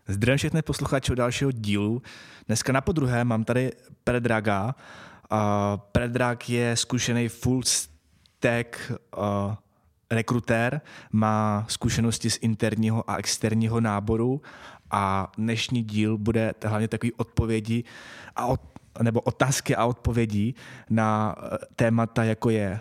Zdravím všechny posluchače od dalšího dílu. Dneska na podruhé mám tady Predraga. Predrag je zkušený full stack rekrutér, má zkušenosti z interního a externího náboru a dnešní díl bude hlavně takový odpovědi nebo otázky a odpovědi na témata, jako je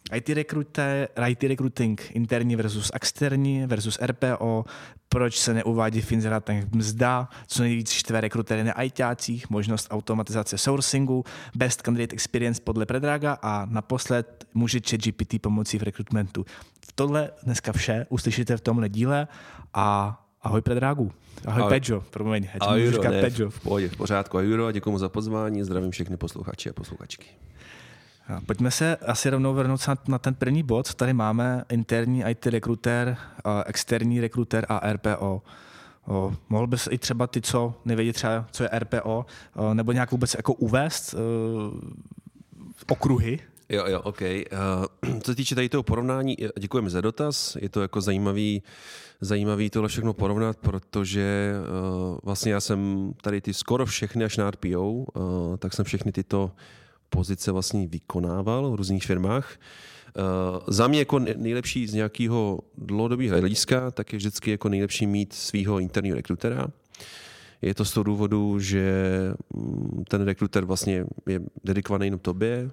IT recruiting interní versus externí versus RPO, proč se neuvádí v inzerátech mzda, co nejvíc štve rekrutéry na ITácích, možnost automatizace sourcingu, best candidate experience podle Predraga a naposled může ChatGPT pomoci v rekrutmentu. V tohle dneska vše uslyšíte v tomhle díle a ahoj Predragu. Ahoj Pedro, promiň. Ahoj Juro, Pedro. V pohodě, v pořádku. Ahoj Juro, děkuji za pozvání, zdravím všechny posluchače a posluchačky. Pojďme se asi rovnou vrhnout na ten první bod, co tady máme, interní IT rekrutér, externí rekrutér a RPO. Mohl bys i třeba ty, co nevědí třeba, co je RPO, nebo nějak vůbec jako uvést okruhy? Jo, OK. Co se týče tady toho porovnání, děkujeme za dotaz, je to jako zajímavý tohle všechno porovnat, protože vlastně já jsem tady ty skoro všechny až na RPO, tak jsem všechny tyto pozice vlastně vykonával v různých firmách. Za mě jako nejlepší z nějakého dlouhodobého hlediska, tak je vždycky jako nejlepší mít svého interního rekrutera. Je to z toho důvodu, že ten rekruter vlastně je dedikovaný jenom tobě.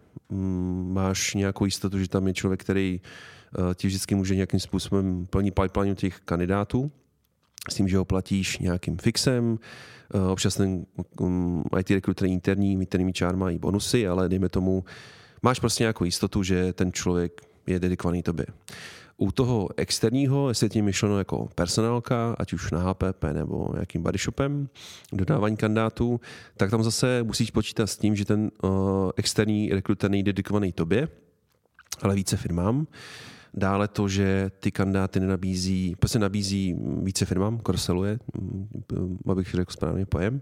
Máš nějakou jistotu, že tam je člověk, který ti vždycky může nějakým způsobem plnit pipeline těch kandidátů. S tím, že ho platíš nějakým fixem. Občas ten IT rekruter interní čár mají bonusy, ale dejme tomu, máš prostě nějakou jistotu, že ten člověk je dedikovaný tobě. U toho externího, jestli je tím myšleno jako personálka, ať už na HPP nebo nějakým bodyshopem, dodávání kandidátů, tak tam zase musíš počítat s tím, že ten externí rekruter není dedikovaný tobě, ale více firmám. Dále to, že ty kandidáty nabízí více firmám, cross-selluje, abych řekl správně pojem.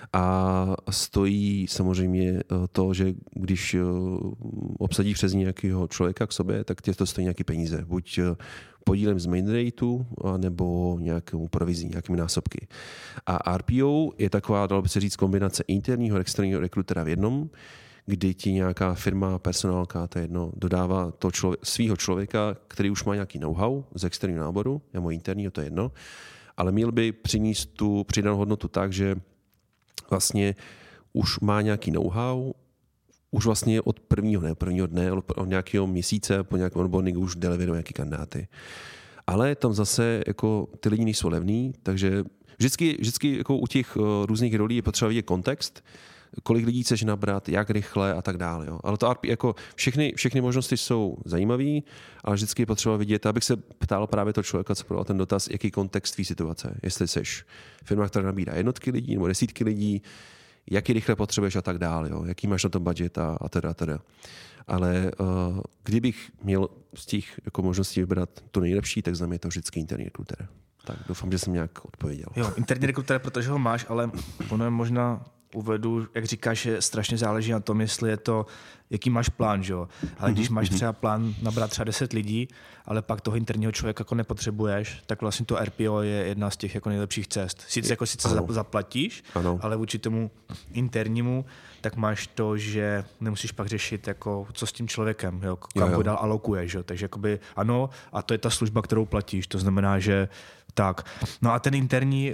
A stojí samozřejmě to, že když obsadí přes nějakého člověka k sobě, tak tě to stojí nějaké peníze. Buď podílem z main rateu, nebo nějakou provizí, nějakými násobky. A RPO je taková, dalo by se říct, kombinace interního a externího rekrutera v jednom, kdy ti nějaká firma, personálka, to je jedno, dodává svého člověka, který už má nějaký know-how z externího náboru, nebo interního, to je jedno, ale měl by přinést tu přidanou hodnotu tak, že vlastně už má nějaký know-how, už vlastně od prvního dne, od nějakého měsíce, po nějakém odborníku už deliveruje nějaký kandidáty. Ale tam zase jako ty lidi nejsou levný, takže vždycky jako u těch různých rolí je potřeba vidět kontext, kolik lidí chceš nabrat, jak rychle a tak dále. Jo. Ale to RP, jako všechny možnosti jsou zajímavé, ale vždycky je potřeba vidět, abych se ptal právě toho člověka, co podal ten dotaz, jaký kontext tvý situace. Jestli seš firma, která nabírá jednotky lidí nebo desítky lidí, jaký rychle potřebuješ a tak dále. Jo. Jaký máš na to budget a teda. Ale kdybych měl z těch jako možností vybrat to nejlepší, tak za mě je to vždycky interní rekruter. Tak doufám, že jsem nějak odpověděl. Jo, interní rekruter, protože ho máš, ale ono je možná uvedu, jak říkáš, že strašně záleží na tom, jestli je to, jaký máš plán, že jo. Ale když máš třeba plán nabrat třeba 10 lidí, ale pak toho interního člověka jako nepotřebuješ, tak vlastně to RPO je jedna z těch jako nejlepších cest. Sice zaplatíš, ano, ale vůči tomu internímu, tak máš to, že nemusíš pak řešit, jako, co s tím člověkem, jo, kam ho dál alokuješ. Jo. Takže jakoby, ano, a to je ta služba, kterou platíš. To znamená, že tak. No a ten interní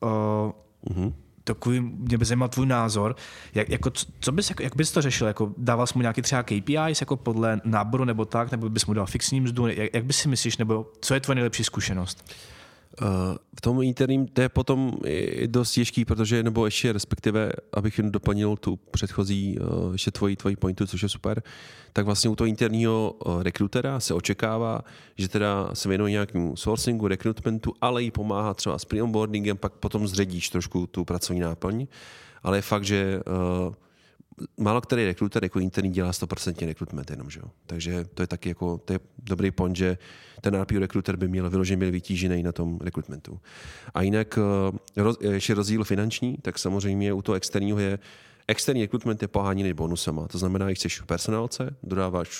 takový, mě by zajímal tvůj názor. Jak bys to řešil? Jako, dával jsi mu nějaký třeba KPIs jako podle náboru nebo tak, nebo bys mu dal fixní mzdu? Jak bys si myslíš, nebo co je tvoje nejlepší zkušenost? V tom interním to je potom dost těžký, protože, nebo ještě respektive, abych jen doplnil tu předchozí ještě tvoji pointu, což je super, tak vlastně u toho interního rekrutera se očekává, že teda se věnuje nějakému sourcingu, rekrutmentu, ale i pomáhá třeba s pre-onboardingem, pak potom zředíš trošku tu pracovní náplň, ale je fakt, že málo který rekruter jako interní dělá 100% rekrutment jenom, že jo. Takže to je taky jako, to je dobrý point, že ten RPO rekruter by měl vyloženě vytížený na tom rekrutmentu. A jinak ještě rozdíl finanční, tak samozřejmě u toho externího je, externí rekrutment je poháněný bonusama. To znamená, že chceš v personálce, dodáváš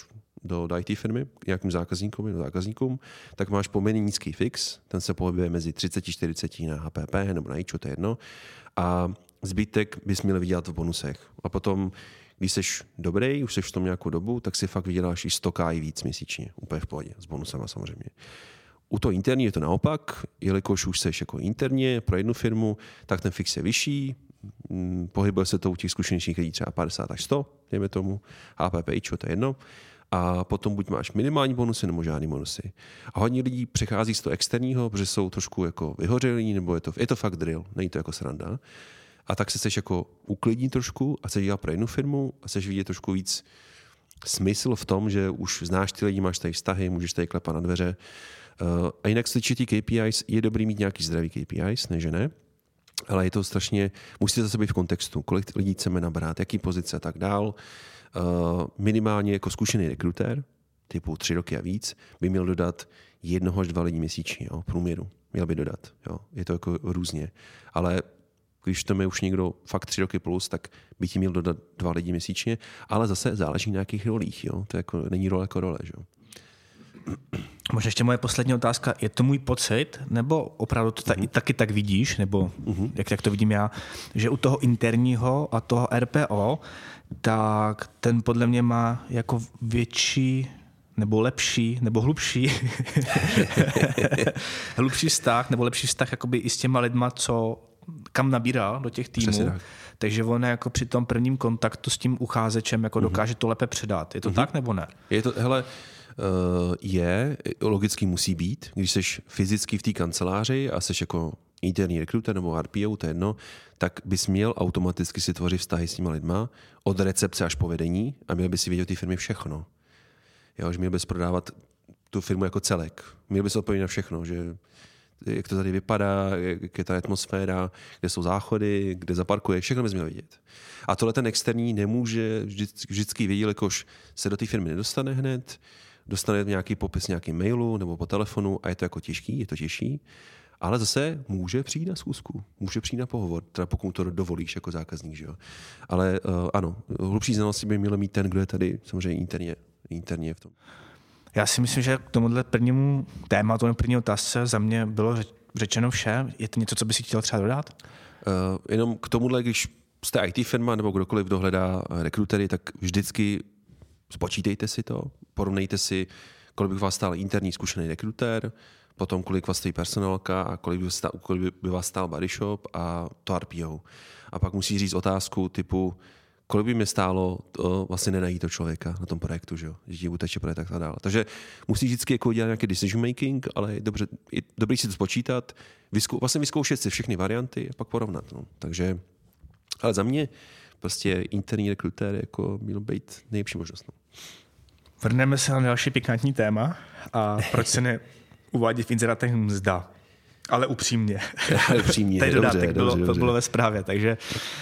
do IT firmy, k nějakým zákazníkům, tak máš poměrně nízký fix, ten se pohybuje mezi 30-40 na HPP nebo na iČo, to je jedno. A zbytek bys měl vydělat v bonusech. A potom, když jsi dobrý, už jsi v tom nějakou dobu, tak si fakt vyděláš i 100K i víc měsíčně. Úplně v pohodě, s bonusama samozřejmě. U toho interní je to naopak, jelikož už jsi jako interně pro jednu firmu, tak ten fix je vyšší, pohybuje se to u těch zkušenějších lidí třeba 50 až 100, dejme tomu, HPP, iČo, to je jedno. A potom buď máš minimální bonusy nebo žádný bonusy. A hodně lidí přechází z toho externího, protože jsou trošku jako vyhořelí, nebo je to fakt drill, není to jako sranda. A tak se chceš jako uklidnit trošku a chceš dělat pro jednu firmu a chceš vidět trošku víc smysl v tom, že už znáš ty lidi, máš tady vztahy, můžeš tady klepat na dveře. A jinak se týče KPIs, je dobrý mít nějaký zdravý KPIs, ne že ne, ale je to strašně, musíte zase být v kontextu, kolik lidí chceme nabrat, jaký pozice a tak dál. Minimálně jako zkušený rekrutér, typu 3 roky a víc, by měl dodat 1 až 2 lidi měsíčně, jo, v průměru. Měl by dodat, jo. Je to jako různě. Ale když to je už někdo fakt 3 roky plus, tak by ti měl dodat 2 lidi měsíčně, ale zase záleží na nějakých rolích, jo. To jako, není role jako role, že jo. Možná ještě moje poslední otázka. Je to můj pocit, nebo opravdu to taky tak vidíš, nebo jak to vidím já, že u toho interního a toho RPO, tak ten podle mě má jako větší nebo lepší, nebo hlubší hlubší vztah, nebo lepší vztah jakoby i s těma lidma, kam nabíral do těch týmů. Takže on jako při tom prvním kontaktu s tím ucházečem jako dokáže to lépe předat. Je to tak, nebo ne? Je to, hele, logicky musí být, když jsi fyzicky v té kanceláři a jsi jako interní rekruter nebo RPO, to je jedno, tak bys měl automaticky si tvořit vztahy s těma lidma od recepce až po vedení a měl bys si vědět o té firmě všechno. Jo, že měl bys prodávat tu firmu jako celek. Měl bys odpovědět na všechno, že jak to tady vypadá, jak je ta atmosféra, kde jsou záchody, kde zaparkuje, všechno bys měl vidět. A tohle ten externí nemůže vždycky vědět, jakož se do té firmy nedostane hned, dostane nějaký popis nějaký mailu nebo po telefonu a je to jako těžký, je to těžší, ale zase může přijít na schůzku, může přijít na pohovor, teda pokud to dovolíš jako zákazník. Že jo? Ale ano, hlubší znalosti by měl mít ten, kdo je tady samozřejmě interně v tom. Já si myslím, že k tomuhle prvnímu tématu, první otázce za mě bylo řečeno vše. Je to něco, co by si chtěl třeba dodat? Jenom k tomuhle, když jste IT firma nebo kdokoliv dohledá rekrutery, tak vždycky spočítejte si to, porovnejte si, kolik by vás stál interní zkušený rekrutér, potom kolik vás stojí personálka a kolik by vás stál body shop a to RPO. A pak musí říct otázku typu, kolik by mě stálo vlastně nenajít to člověka na tom projektu, že ti uteče projekt a tak dále. Takže musí vždycky jako dělat nějaký decision making, ale je dobrý si to spočítat, vlastně vyzkoušet si všechny varianty a pak porovnat. No. Takže, ale za mě prostě interní rekrutér jako měl být nejlepší možnost. No. Vrneme se na další pikantní téma a proč se neuvádí v inzerátech mzda. Ale upřímně. Upřímně, Tady dodatek bylo ve zprávě, takže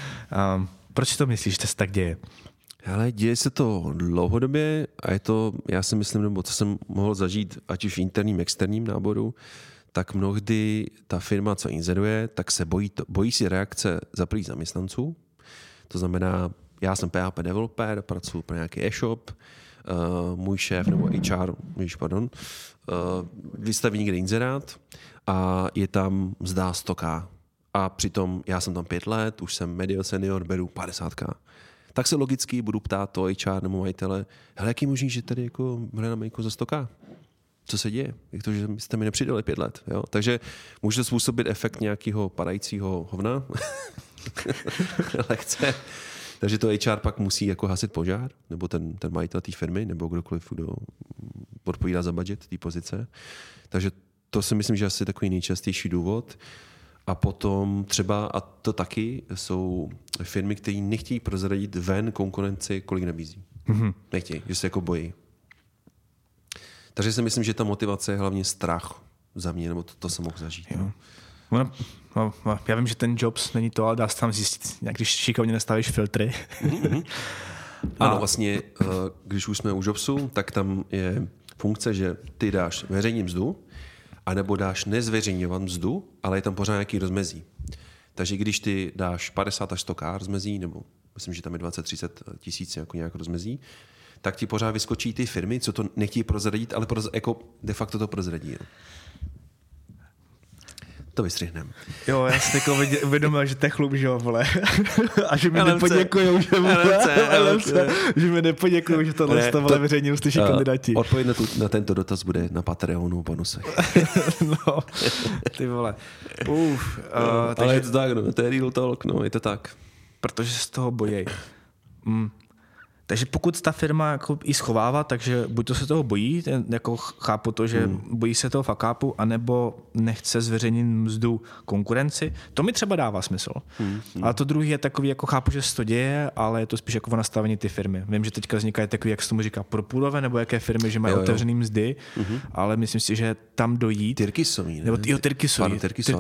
proč si to myslíš, že to se tak děje? Ale děje se to dlouhodobě a je to, já si myslím, nebo co jsem mohl zažít, ať už v interním, externím náboru, tak mnohdy ta firma, co inzeruje, tak se bojí si reakce za prvních zaměstnanců. To znamená, já jsem PHP developer, pracuji pro nějaký e-shop, můj šéf nebo HR, vystaví někde inzerát a je tam mzda 100K. A přitom já jsem tam 5 let, už jsem medial senior, beru 50K. Tak se logicky budu ptát to HR nebo majitele, hele, jak je možný, že tady jako hledáme jako za 100K? Co se děje? Jak to, že jste mi nepřidali 5 let? Jo? Takže může to způsobit efekt nějakého padajícího hovna. Lehce. Takže to HR pak musí jako hasit požár, nebo ten majitel té firmy, nebo kdokoliv, kdo odpovídá za budget té pozice. Takže to si myslím, že asi takový nejčastější důvod. A potom třeba, a to taky, jsou firmy, které nechtějí prozradit ven konkurenci, kolik nabízí. Mm-hmm. Nechtějí, že se jako bojí. Takže si myslím, že ta motivace je hlavně strach za mě, nebo to jsem mohl zažít. Jo. No, já vím, že ten Jobs není to, ale dá se tam zjistit, když šikovně nastavíš filtry. Mm-hmm. Ano, vlastně, když už jsme u Jobsu, tak tam je funkce, že ty dáš veřejně mzdu, anebo dáš nezveřejňovat mzdu, ale je tam pořád nějaký rozmezí. Takže když ty dáš 50 až 100K rozmezí, nebo myslím, že tam je 20-30 tisíc jako nějak rozmezí, tak ti pořád vyskočí ty firmy, co to nechtějí prozradit, ale jako de facto to prozradí. Jo. To vystřihneme. Jo, já si jako uvědomil, že to je chlup, že jo, vole. A že mi nepoděkujou, že že mi nepoděkujou, že tohle vole veřejně uslyší kandidáti. Odpověď na tento dotaz bude na Patreonu bonusech. No, ty vole. Ale je to tak, no, to je real talk, no, je to tak. Protože se z toho bojí. Takže pokud ta firma jako i schovává, takže buď to se toho bojí, jako chápu to, že bojí se toho fakápu, anebo nechce zveřejnit mzdu konkurenci, to mi třeba dává smysl. Ale to druhý je takový, jako chápu, že se to děje, ale je to spíš jako o nastavení ty firmy. Vím, že teďka vznikají takový, jak se tomu říká, propůlové, nebo jaké firmy, že mají otevřený mzdy, ale myslím si, že tam dojít. Tyrkisový, ne? Nebo Tyrkisový,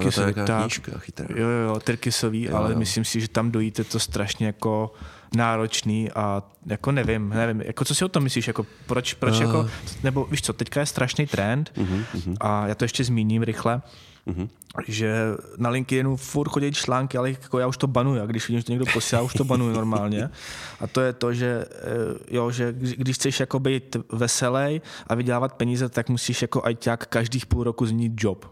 Tyrkisový, ale myslím si, že tam dojít je to strašně jako náročný a jako nevím, jako co si o tom myslíš, jako proč jako, nebo víš co, teďka je strašný trend a já to ještě zmíním rychle, že na LinkedInu furt chodí články, ale jako já už to banuju, a když vidím, že to někdo posílá, už to banuju normálně a to je to, že že když chceš jako být veselý a vydělávat peníze, tak musíš jako ajťák každých půl roku změnit job.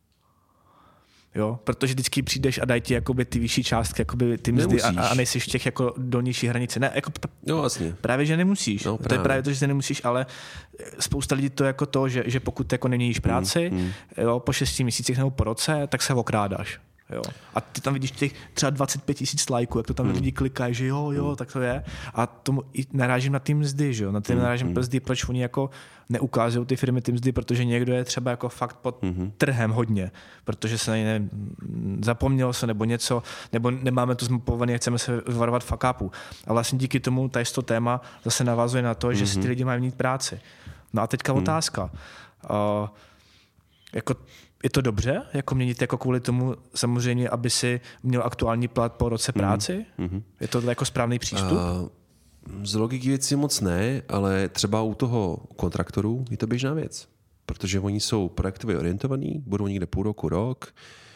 Jo, protože vždycky přijdeš a dají ti jakoby ty vyšší částky, jakoby ty mzdy a nejsi v těch jako dolnější hranici. Ne, jako vlastně. Právě, že nemusíš. No, to je právě to, že se nemusíš, ale spousta lidí to jako to, že pokud jako neměníš práci, jo, po 6 měsících nebo po roce, tak se okrádáš. Jo. A ty tam vidíš těch třeba 25 000 lajků, jak to tam lidi klikají, že jo, tak to je. A tomu i narážím na ty mzdy, že jo. Na ty narážím mzdy, proč oni jako neukázují ty firmy ty mzdy, protože někdo je třeba jako fakt pod trhem hodně, protože se na ně zapomnělo se nebo něco, nebo nemáme to zmapované, chceme se vyvarovat fuck upu. A vlastně díky tomu tady to téma zase navazuje na to, že si ty lidi mají mít práci. No a teďka otázka. Jako je to dobře, jako měnit jako kvůli tomu samozřejmě, aby si měl aktuální plat po roce práci? Je to jako správný přístup? Z logiky věci moc ne, ale třeba u toho kontraktorů je to běžná věc. Protože oni jsou projektově orientovaní, budou někde půl roku, rok.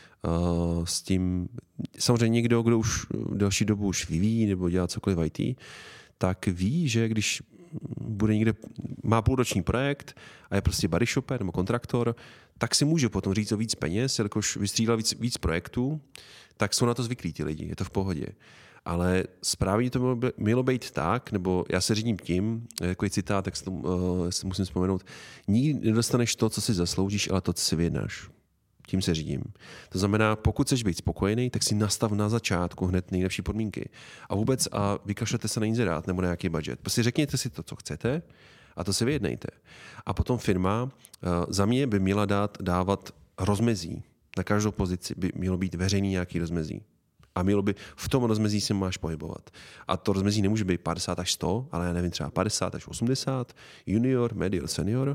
S tím samozřejmě někdo, kdo už další dobu už vyvíjí nebo dělá cokoliv v IT, tak ví, že když bude někde, má půlroční projekt a je prostě body shopper nebo kontraktor, tak si může potom říct o víc peněz, jelikož vystřídal víc projektů, tak jsou na to zvyklí ti lidi, je to v pohodě. Ale správně to mělo být tak, nebo já se řídím tím, jako je citát, tak si musím vzpomenout, nikdy nedostaneš to, co si zasloužíš, ale to, co si vyjednáš. Tím se řídím. To znamená, pokud chceš být spokojený, tak si nastav na začátku hned nejlepší podmínky. A vůbec vykašlete se na inzerát nebo na nějaký budget. Prostě řekněte si to, co chcete, a to si vyjednejte. A potom firma za mě by měla dávat rozmezí. Na každou pozici by mělo být veřejný nějaký rozmezí. A mělo by v tom rozmezí se máš pohybovat. A to rozmezí nemůže být 50 až 100, ale já nevím, třeba 50 až 80, junior, medior, senior.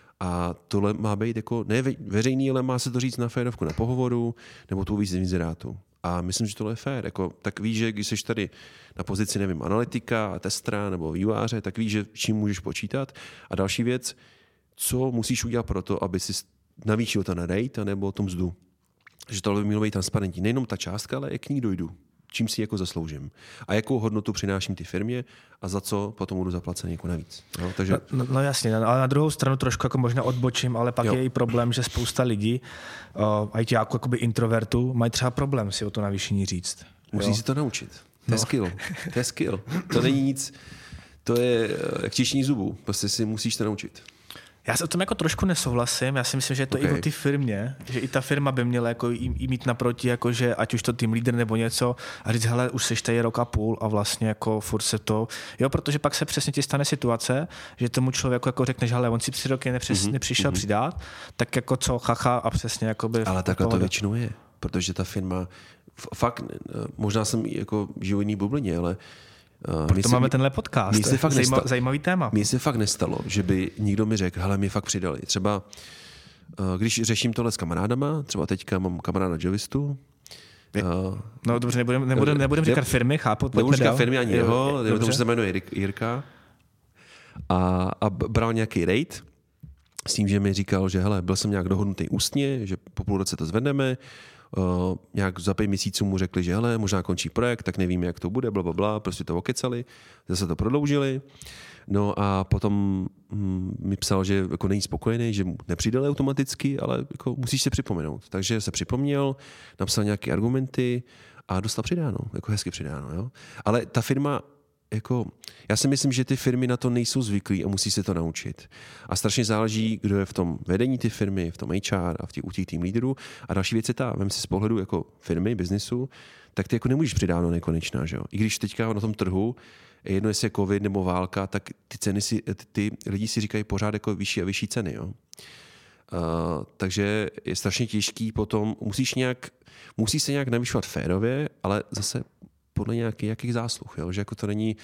A tohle má být jako ne veřejný, ale má se to říct na férovku, na pohovoru, nebo tu víc z inzerátu. A myslím, že tohle je fér. Jako, tak víš, že když jsi tady na pozici, nevím, analytika, testera nebo vývojáře, tak víš, že čím můžeš počítat. A další věc, co musíš udělat pro to, aby si navýšil ten rate nebo tu mzdu. Že tohle by mělo být transparentní. Nejenom ta částka, ale jak k ní dojdu. Čím si jako zasloužím. A jakou hodnotu přináším ty firmě a za co potom budu zaplacený jako navíc. No, takže... no jasně, ale na druhou stranu trošku jako možná odbočím, ale pak je i problém, že spousta lidí, ITáků, jakoby introvertů, mají třeba problém si o to navýšení říct. Musí si to naučit. To je skill. To je skill. To není nic, to je jak čištění zubů. Prostě si musíš to naučit. Já se o tom jako trošku nesouhlasím. Já si myslím, že je to i o té firmě, že i ta firma by měla jako i mít naproti, jako že ať už to tým lídr nebo něco a říct, hele, už seš tady rok a půl a vlastně jako furt se to... Jo, protože pak se přesně ti stane situace, že tomu člověku jako řekneš, hele, on si 3 roky nepřišel přidat, tak jako co, chacha a přesně jako by... Ale takhle to většinou je, protože ta firma fakt, možná jsem jako životní bublině, ale proto máme tenhle podcast. Zajímavý téma. Mně se fakt nestalo, že by někdo mi řekl, hele, mě fakt přidali. Třeba, když řeším tohle s kamarádama, třeba teďka mám kamaráda Javistu. No dobře, nebudem říkat firmy, chápu. Nebudu říkat firmy ani jeho, tomu se jmenuje Jirka. A bral nějaký rate s tím, že mi říkal, že hele, byl jsem nějak dohodnutý ústně, že po půl roce to zvedneme. nějak za 5 měsíců mu řekli, že hele, možná končí projekt, tak nevíme, jak to bude, blablabla, prostě to okecali, zase to prodloužili. No a potom mi psal, že jako není spokojený, že mu nepřidali automaticky, ale jako musíš se připomenout. Takže se připomněl, napsal nějaké argumenty a dostal přidáno, jako hezky přidáno. Jo? Ale ta firma, jako, já si myslím, že ty firmy na to nejsou zvyklí a musí se to naučit. A strašně záleží, kdo je v tom vedení ty firmy, v tom HR a u těch tým líderů. A další věc je ta, vem si z pohledu jako firmy, biznisu, tak ty jako nemůžeš přidáno nekonečná. Že jo? I když teďka na tom trhu jedno, jestli je covid nebo válka, tak ty lidi si říkají pořád jako vyšší a vyšší ceny. Jo? Takže je strašně těžký potom, musí se nějak navyšovat férově, ale zase podle nějakých zásluh. Jo? Že jako to není...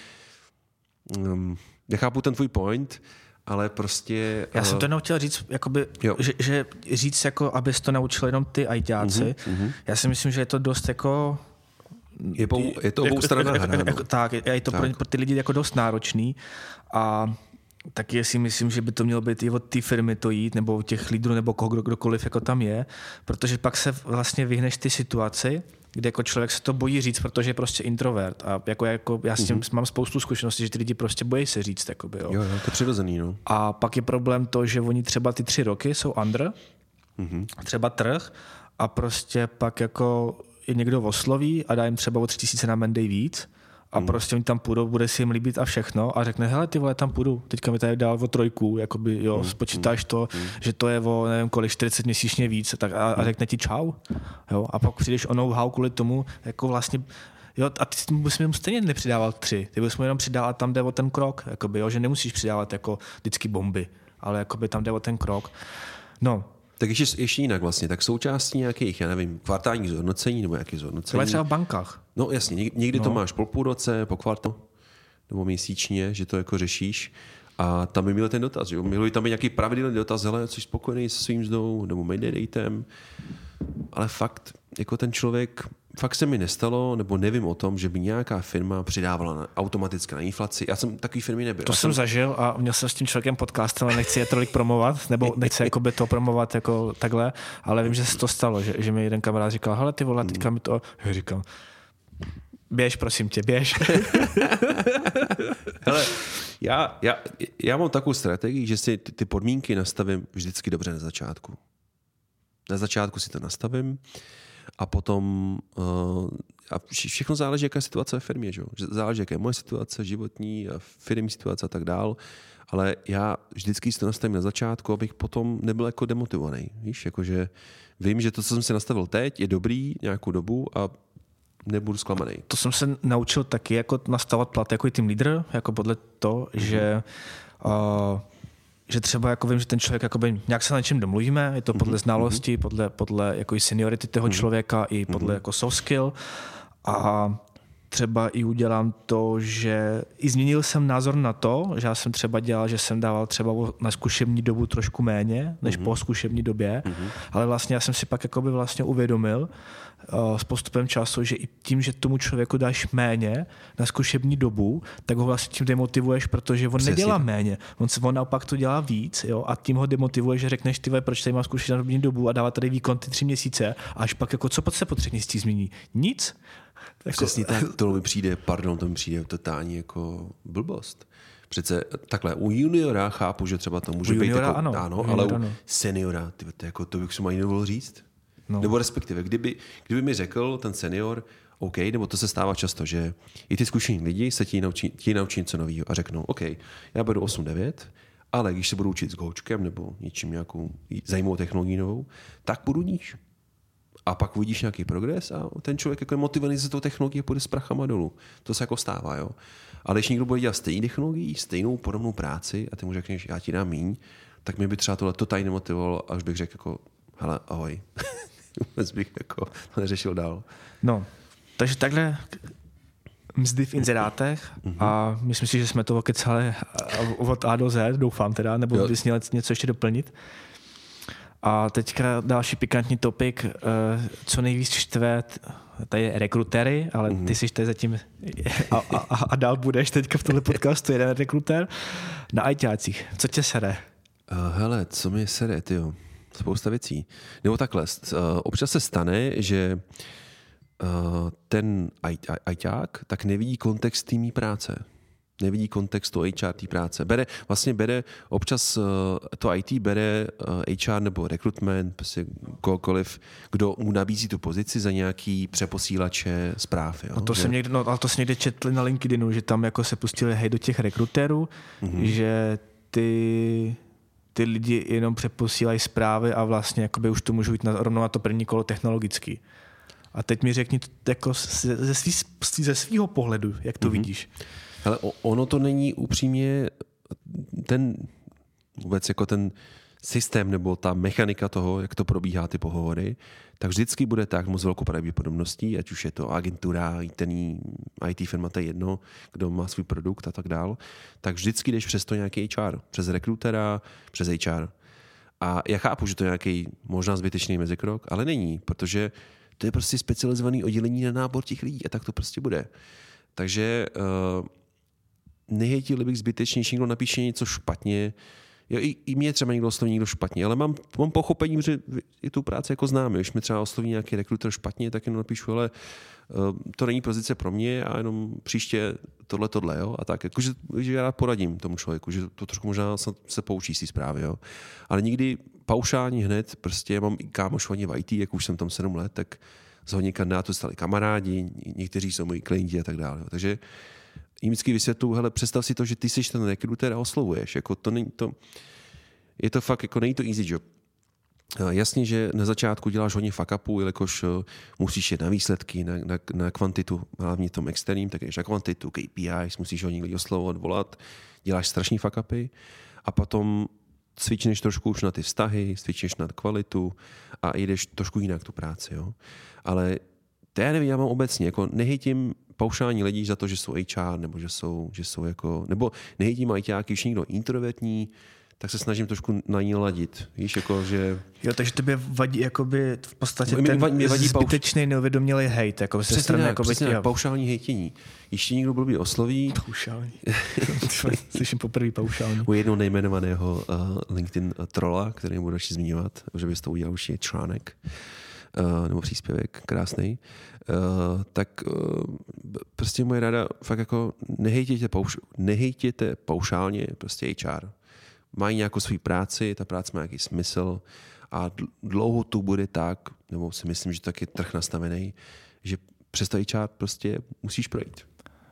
já chápu ten tvůj point, ale prostě... Já jsem to jenom chtěl říct, jakoby, že říct, jako, abys to naučil jenom ty ajťáci. Já si myslím, že je to dost jako... Je to oboustranná hra. Tak, je to pro ty lidi jako dost náročný a taky si myslím, že by to mělo být i od té firmy to jít, nebo od těch lídrů, nebo kdokoliv jako tam je, protože pak se vlastně vyhneš ty situaci, kde jako člověk se to bojí říct, protože je prostě introvert a jako já s tím mám spoustu zkušeností, že ty lidi prostě bojí se říct. Jakoby, jo. Jo, to je přirozený. No. A pak je problém to, že oni třeba ty 3 roky jsou under, třeba trh a prostě pak jako je někdo osloví a dá jim třeba o 3000 na Monday víc a prostě oni tam půjdou, bude si jim líbit a všechno a řekne, hele, ty vole, tam půjdu, teďka mi tady dal o 3, jakoby, jo, spočítáš to, že to je o, nevím kolik, 40 měsíčně víc tak a řekne ti čau, jo, a pak přijdeš o know-how kvůli tomu, jako vlastně, jo, a ty bys mu stejně nepřidával 3, ty bys mu jenom přidával, tam jde o ten krok, jakoby, jo, že nemusíš přidávat jako vždycky bomby, ale jakoby tam jde o ten krok, no. Tak ještě jinak vlastně, tak součástí nějakých, já nevím, kvartálních zhodnocení nebo nějakých zhodnocení. Ale třeba v bankách. No jasně, někdy to máš po půl roce, po kvartálu nebo měsíčně, že to jako řešíš a tam by měl ten dotaz, že jo? Měl tam by nějaký pravidelný dotaz, hele, jsi spokojený se svým mzdou nebo datem, ale fakt, jako ten člověk, fakt se mi nestalo, nebo nevím o tom, že by nějaká firma přidávala automaticky na inflaci. Já jsem takový firmy nebyl. To jsem zažil a měl jsem s tím člověkem podcast, ale nechci je tolik promovat, nebo nechci jakoby to promovat jako takhle, ale vím, že se to stalo, že mi jeden kamarád říkal, hele ty vole, teďka mi to... Já říkal, běž, prosím tě, běž. Hele, já mám takovou strategii, že si ty podmínky nastavím vždycky dobře na začátku. Na začátku si to nastavím a potom a všechno záleží, jaká je situace ve firmě. Že? Záleží, jaká je moje situace, životní a firmní situace a tak dál. Ale já vždycky si to nastavím na začátku, abych potom nebyl jako demotivovaný. Víš, jakože vím, že to, co jsem si nastavil teď, je dobrý nějakou dobu a nebudu zklamaný. To jsem se naučil taky jako nastavovat plat jako i tým lídr, jako podle toho, že třeba jako vím, že ten člověk jakoby, nějak se na něčem domluvíme, je to podle znalosti, podle jako i seniority toho člověka, i podle jako soft skill a třeba i udělám to, že i změnil jsem názor na to, že já jsem třeba dělal, že jsem dával třeba na zkušební dobu trošku méně, než po zkušební době, ale vlastně já jsem si pak jakoby vlastně uvědomil s postupem času, že i tím, že tomu člověku dáš méně na zkušební dobu, tak ho vlastně tím demotivuješ, protože on nedělá méně. On naopak to dělá víc, jo, a tím ho demotivuješ, že řekneš, ty proč tady mám zkušební dobu a dává tady výkon ty 3 měsíce a až pak jako co se po 3 měsících změní? Nic. Přesně tak, to mi přijde totální jako blbost. Přece takhle, u juniora chápu, že třeba to může být jako, ano, ale u seniora, to bych si ani nemohl říct. No. Nebo respektive, kdyby mi řekl ten senior, OK, nebo to se stává často, že i ty zkušení lidi se ti naučí něco nového a řeknou, OK, já beru 8-9, ale když se budu učit s Gočkem nebo něčím nějakou zajímavou technologií novou, tak budu níž. A pak uvidíš nějaký progres a ten člověk jako je motivovaný za tou technologií a půjde s prachama dolů. To se jako stává, jo. Ale když někdo bude dělat stejnou technologii, stejnou podobnou práci a ty mu řekneš, já ti dám míň, tak mě by třeba tohle totálně nemotivovalo, až bych řekl jako, hele, ahoj. Vůbec bych jako to neřešil dál. No, takže takhle mzdy v inzerátech a myslím si, že jsme to okecali od A do Z, doufám teda, nebo bys měl něco ještě doplnit. A teďka další pikantní topik, co nejvíc štve, tady je rekrutery, ale ty jsi tady zatím a dál budeš teďka v tomhle podcastu jeden rekruter na ajťácích. Co tě sere? Hele, co mi sere, tyjo? Spousta věcí. Nebo takhle, občas se stane, že ten ajťák tak nevidí kontext týmí práce. Nevidí kontext toho HR té práce. Bere občas to IT bere HR nebo recruitment, prostě kohokoliv, kdo mu nabízí tu pozici za nějaký přeposílače zpráv. Jo? Ale to jsem někde četl na LinkedInu, že tam jako se pustili do těch rekrutérů, že ty lidi jenom přeposílají zprávy a vlastně jakoby už to můžou jít rovnou na to první kolo technologický. A teď mi řekni jako ze svýho pohledu, jak to vidíš. Ale ono to není upřímně vůbec jako ten systém nebo ta mechanika toho, jak to probíhá ty pohovory, tak vždycky bude tak moc velkou pravděpodobností, ať už je to agentura, IT firma, to je jedno, kdo má svůj produkt a tak dál, tak vždycky jdeš přes to nějaký HR, přes rekrutera, přes HR. A já chápu, že to je nějaký možná zbytečný mezikrok, ale není, protože to je prostě specializovaný oddělení na nábor těch lidí a tak to prostě bude. Takže nehejtili bych zbytečně, když někdo napíše něco špatně. Jo, i mě třeba někdo osloví někdo špatně, ale mám pochopení, že i tu práci jako znám. Když mi třeba osloví nějaký rekruter špatně, tak jenom napíšu, ale to není pozice pro mě a jenom příště tohle, jo, a tak. Jakože že já rád poradím tomu člověku, že to trošku možná se poučí z té zprávy, jo. Ale nikdy paušálně hned, prostě já mám i kámošovaně v IT, jak už jsem tam 7 let, tak z hodně kandidátů stali kamarádi, někteří jsou moji klienti a tak dále. Jo. Takže jim vždycky vysvětluji, hele, představ si to, že ty jsi ten rekruter a oslovuješ. Jako je to fakt, jako není to easy job. Jasně, že na začátku děláš hodně fuck upů, jelikož musíš jít na výsledky, na kvantitu, hlavně v tom externím, tak jdeš na kvantitu, KPIs, musíš ho někdy oslovovat, volat, děláš strašný fuck upy a potom cvičneš trošku už na ty vztahy, cvičneš na kvalitu a jdeš trošku jinak tu práci. Jo? Ale to já nevím, já mám obecně, jako nehejtím paušální lidí za to, že jsou HR, nebo že jsou jako, nebo nehejtím ajťáky, když někdo introvertní, tak se snažím trošku na ní ladit. Víš, jako, že... Jo, takže tobě vadí jakoby v podstatě ten zbytečný neuvědomělý hejt, jako ze strany jako paušální hejtění. Ještě někdo blbý osloví. Paušální. Slyším poprvé paušální. U jednoho nejmenovaného LinkedIn trolla, který nebudu radši zmiňovat, že bys to udělal už je článek nebo příspěvek krásný, tak prostě moje rada fakt jako nehejtěte paušálně prostě HR. Mají nějakou svou práci, ta práce má nějaký smysl a dlouho tu bude tak, nebo si myslím, že tak je trh nastavený, že přes to HR prostě musíš projít.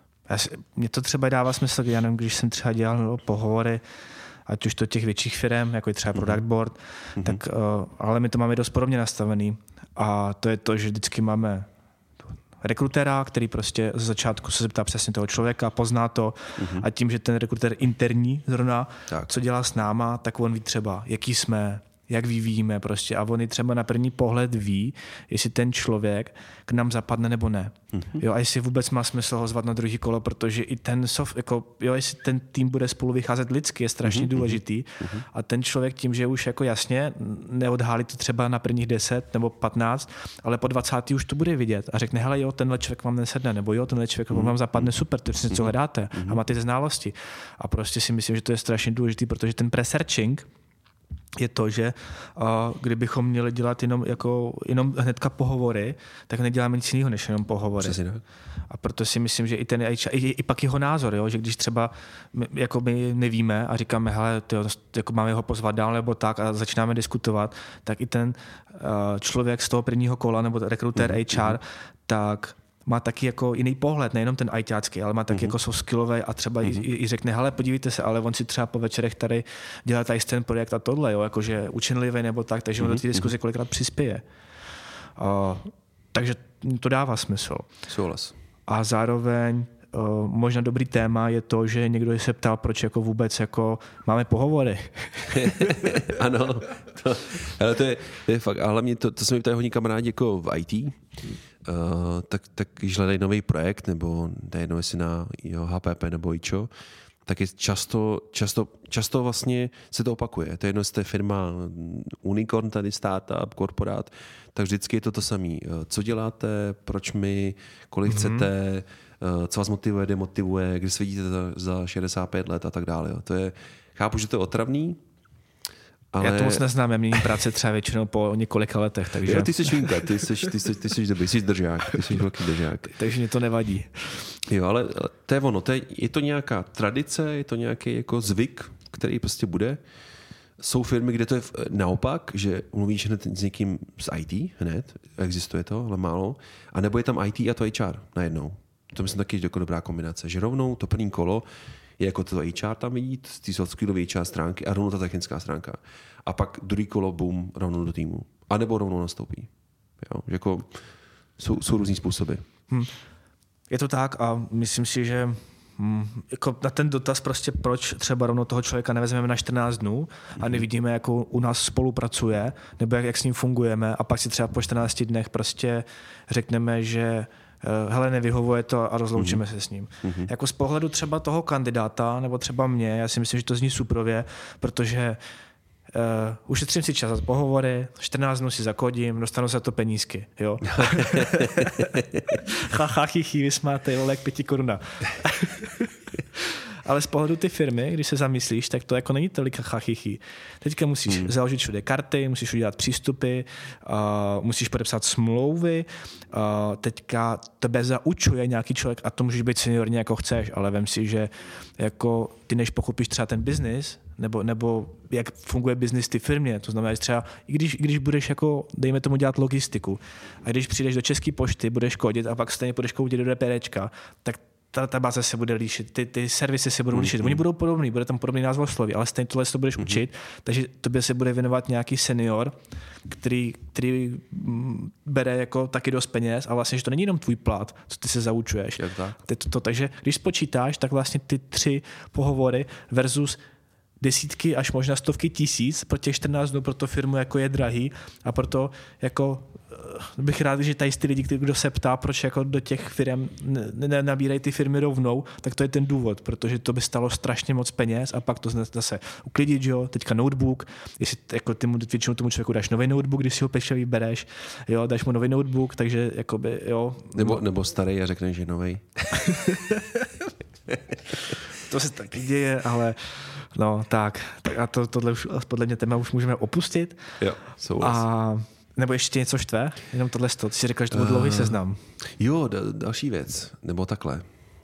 Mně to třeba dává smysl, když jsem třeba dělal pohovory, ať už to těch větších firm, jako je třeba Product Board, tak, ale my to máme dost podobně nastavený. A to je to, že vždycky máme rekrutéra, který prostě z začátku se zeptá přesně toho člověka, pozná to a tím, že ten rekrutér interní zrovna, tak, co dělá s náma, tak on ví třeba, jaký jsme, jak vyvíjíme prostě a on i třeba na první pohled ví, jestli ten člověk k nám zapadne nebo ne. Jo, a jestli vůbec má smysl ho zvat na druhý kolo, protože i ten jestli ten tým bude spolu vycházet lidsky, je strašně důležitý a ten člověk tím, že už jako jasně neodhálí to třeba na prvních 10 nebo 15, ale po 20. už to bude vidět a řekne, hele jo, tenhle člověk vám nesedne, nebo jo, tenhle člověk vám zapadne, super, to je něco hledáte a máte ty znalosti. A prostě si myslím, že to je strašně důležitý, protože ten pre-searching je to, že kdybychom měli dělat jenom hnedka pohovory, tak neděláme nic jiného než jenom pohovory. A proto si myslím, že i ten i pak jeho názor, jo, že když třeba my nevíme a říkáme, hele, jako máme ho pozvat dál nebo tak a začínáme diskutovat, tak i ten člověk z toho prvního kola nebo rekrutér HR, tak má taky jako jiný pohled, nejenom ten ajťácký, ale má taky jako soft skillový a třeba i řekne, hele, podívejte se, ale on si třeba po večerech tady dělá tady ten projekt a tohle, jo, jakože učenlivý nebo tak, takže on do té diskuze kolikrát přispěje. Takže to dává smysl. Souhlas. A zároveň možná dobrý téma je to, že někdo se ptal, proč jako vůbec jako máme pohovory. Ano, to je fakt. A hlavně to se mi ptají hodně kamarádi jako v IT, tak když hledají nový projekt, nebo jedno jestli na HPP nebo ičo, tak je často vlastně se to opakuje. To je jedno, jestli to je firma unicorn, tady startup, korporát, tak vždycky je to samé. Co děláte, proč my, kolik chcete, co vás motivuje, demotivuje, kdy se vidíte za 65 let a tak dále. Jo. Chápu, že to je otravný, Ale... Já to moc neznám, já měním práci třeba většinou po několika letech, takže... Jo, ty jsi výjimka, ty jsi dobrý, jsi držák, ty jsi velký držák. Takže mě to nevadí. Jo, ale to je ono, je to nějaká tradice, je to nějaký jako zvyk, který prostě bude. Jsou firmy, kde to je naopak, že mluvíš hned s někým z IT, hned, existuje to, ale málo, a nebo je tam IT a to HR najednou. To myslím taky jako dobrá kombinace, že rovnou to první kolo je jako to HR tam vidí, ty softskillové HR stránky a rovnou ta technická stránka. A pak druhý kolo, boom, rovnou do týmu. A nebo rovnou nastoupí. Jo, jako jsou různý způsoby. Je to tak a myslím si, že jako na ten dotaz prostě proč třeba rovnou toho člověka nevezmeme na 14 dnů a nevidíme, jak u nás spolupracuje, nebo jak s ním fungujeme a pak si třeba po 14 dnech prostě řekneme, že hele, nevyhovuje to a rozloučíme se s ním. Jako z pohledu třeba toho kandidáta, nebo třeba mě, já si myslím, že to zní suprově, protože ušetřím si čas za pohovory, 14 dnů si zakodím, dostanu se to penízky, jo. Chichy, vysmáte, lek 5 koruna. Ale z pohledu ty firmy, když se zamyslíš, tak to jako není tolik chichy. Teďka musíš založit všude karty, musíš udělat přístupy, musíš podepsat smlouvy, teďka tebe zaučuje nějaký člověk a to můžeš být seniorně jako chceš, ale vem si, že jako ty než pochopíš třeba ten biznis, nebo jak funguje biznis ty firmě, to znamená, že třeba i když budeš jako, dejme tomu dělat logistiku a když přijdeš do České pošty, budeš kodit a pak stejně budeš koudit do DPDčka, tak ta báze se bude líšit, ty servisy se budou líšit. Oni budou podobný, bude tam podobný názvosloví, ale stejně tohle to budeš učit, takže tobě se bude věnovat nějaký senior, který bere jako taky dost peněz a vlastně, že to není jenom tvůj plat, co ty se zaučuješ. Takže když spočítáš, tak vlastně ty 3 pohovory versus desítky až možná stovky tisíc pro těch 14 dnů pro tu firmu jako je drahý a proto jako bych rád, že tady ty lidi, kdo se ptá, proč jako do těch firm nabírají ty firmy rovnou, tak to je ten důvod, protože to by stalo strašně moc peněz a pak to zase uklidit, jo, teďka notebook, jestli jako většinou tomu člověku dáš nový notebook, když si ho pečlivě bereš, jo, dáš mu nový notebook, takže jakoby, jo. Nebo starý a řekneš, že novej. To se taky děje, ale no tak a tohle už podle mě téma už můžeme opustit. Jo, souhlas. Nebo ještě něco štve? Jenom tohle ty si říkal, že to byl dlouhý seznam. Jo, další věc, nebo takhle.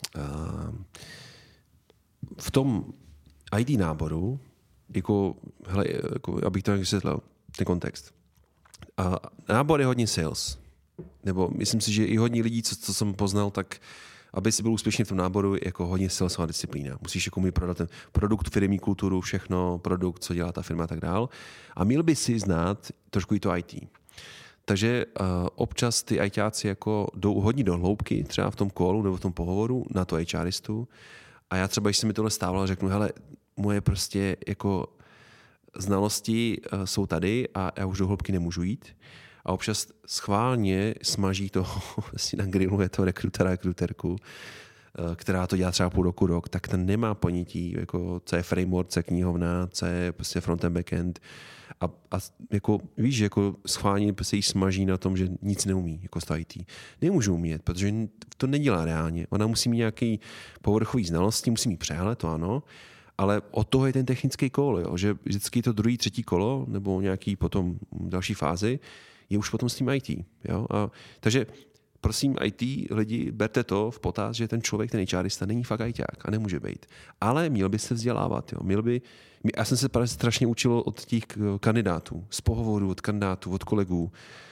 V tom IT náboru, jako, abych to vysvětlil, ten kontext. Nábor je hodně sales. Nebo myslím si, že i hodně lidí, co jsem poznal, tak aby si byl úspěšný v tom náboru, je jako hodně salesová disciplína. Musíš jako prodat ten produkt, firmní kulturu, všechno, produkt, co dělá ta firma a tak dál. A měl by si znát trošku i to IT. Takže občas ty ITáci jako jdou hodně do hloubky, třeba v tom callu nebo v tom pohovoru na to HRistu. A já třeba, když se mi tohle stávalo, řeknu, hele, moje prostě jako znalosti jsou tady a já už do hloubky nemůžu jít. A občas schválně smaží toho, si nagrilluje toho rekruterku, která to dělá třeba půl roku, rok, tak ten nemá ponětí, jako, co je framework, co je knihovna, co je prostě frontend, backend. A jako, víš, že jako schválně se jí smaží na tom, že nic neumí, jako z IT. Nemůžu umět, protože to nedělá reálně. Ona musí mít nějaký povrchový znalosti, musí mít přehled, to ano, ale od toho je ten technický kolo, jo? Že vždycky to druhý, třetí kolo, nebo nějaký potom další fázi, je už potom s tím IT. Jo? Takže prosím IT lidi, berte to v potaz, že ten člověk, ten HRista není fakt ITák a nemůže být. Ale měl by se vzdělávat. Jo? Já jsem se strašně učil od těch kandidátů, z pohovorů od kandidátů, od kolegů.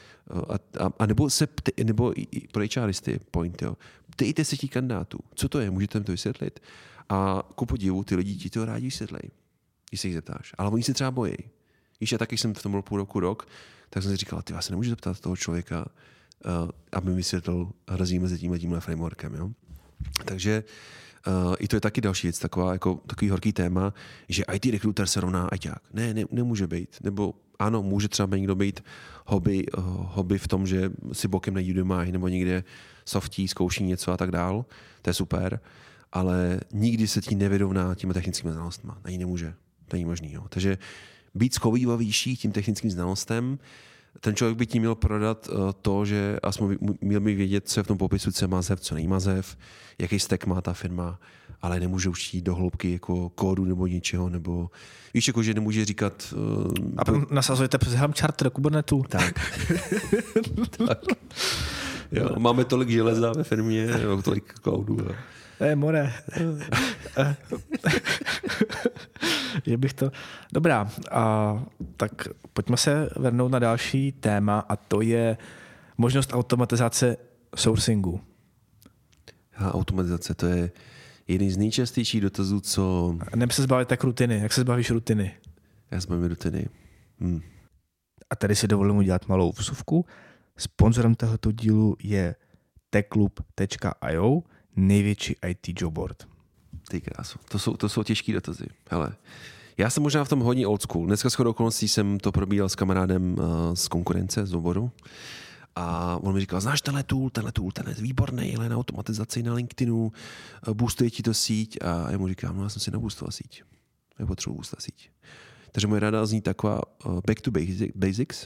A nebo i pro HRisty point. Jo? Ptejte se těch kandidátů. Co to je? Můžete jim to vysvětlit? A ku podivu, ty lidi ti to rádi vysvětlej, když se jich zeptáš. Ale oni se třeba bojí. Když já taky jsem v tom byl půl roku, rok, tak jsem si říkal, ty já se nemůžu zeptat toho člověka, aby mi vysvětlil rozdíl mezi tímhle frameworkem. Jo? Takže i to je taky další věc, takový horký téma, že IT rekruter se rovná ITák. Ne, nemůže být. Nebo ano, může třeba někdo být hobby v tom, že si bokem na Udemy nebo někde softí, zkouší něco a tak dál. To je super. Ale nikdy se ti nevyrovná těma technickými znalostmi. Ani nemůže. To není možný. Jo. Takže být schovývavější tím technickým znalostem ten člověk by tím měl prodat to, že aspoň měl by vědět, co je v tom popisu, co má zev, co není zev, jaký stack má ta firma, ale nemůže už jít do hloubky jako kódu nebo něčeho, nebo víš, jako, že nemůže říkat... A nasazujete přes Helm Charter do Kubernetu. Tak. Tak. Jo, máme tolik železa ve firmě, tolik cloudů. More. Že bych to... Dobrá, tak pojďme se vrhnout na další téma a to je možnost automatizace sourcingu. Automatizace, to je jeden z nejčastějších dotazů, co... Nebo se zbavit tak rutiny. Jak se zbavíš rutiny? Já zbavím rutiny. A tady si dovolím udělat malou vsuvku. Sponzorem tohoto dílu je techloop.io, největší IT jobboard. Ty krásu. To jsou těžký dotazy. Hele, já jsem možná v tom hodně old school. Dneska shodou okolností jsem to probíral s kamarádem z konkurence, z oboru. A on mi říkal, znáš tenhle tool, ten je výborný, ale na automatizaci na LinkedInu, boostuje ti to síť. A já mu říkám, no já jsem si naboostoval síť. Já potřebuji boostovat síť. Takže moje rada zní taková back to basics.